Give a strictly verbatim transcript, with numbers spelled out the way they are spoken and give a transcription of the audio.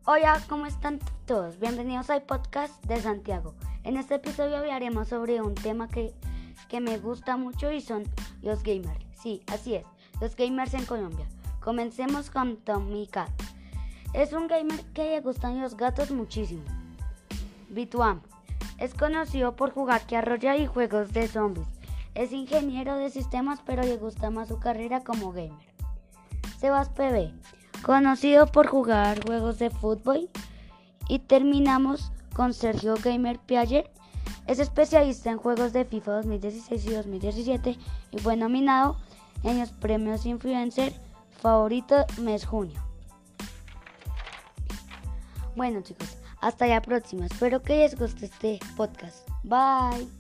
Hola, ¿cómo están todos? Bienvenidos al podcast de Santiago. En este episodio hablaremos sobre un tema que, que me gusta mucho y son los gamers. Sí, así es, los gamers en Colombia. Comencemos con Tommy Cat. Es un gamer que le gustan los gatos muchísimo. Bituam es conocido por jugar que arrolla y juegos de zombies. Es ingeniero de sistemas, pero le gusta más su carrera como gamer. Sebas P B, conocido por jugar juegos de fútbol. Y terminamos con Sergio Gamer Piaget. Es especialista en juegos de FIFA dos mil dieciséis y dos mil diecisiete y fue nominado en los premios Influencer Favorito mes junio. Bueno chicos, hasta la próxima. Espero que les guste este podcast. Bye.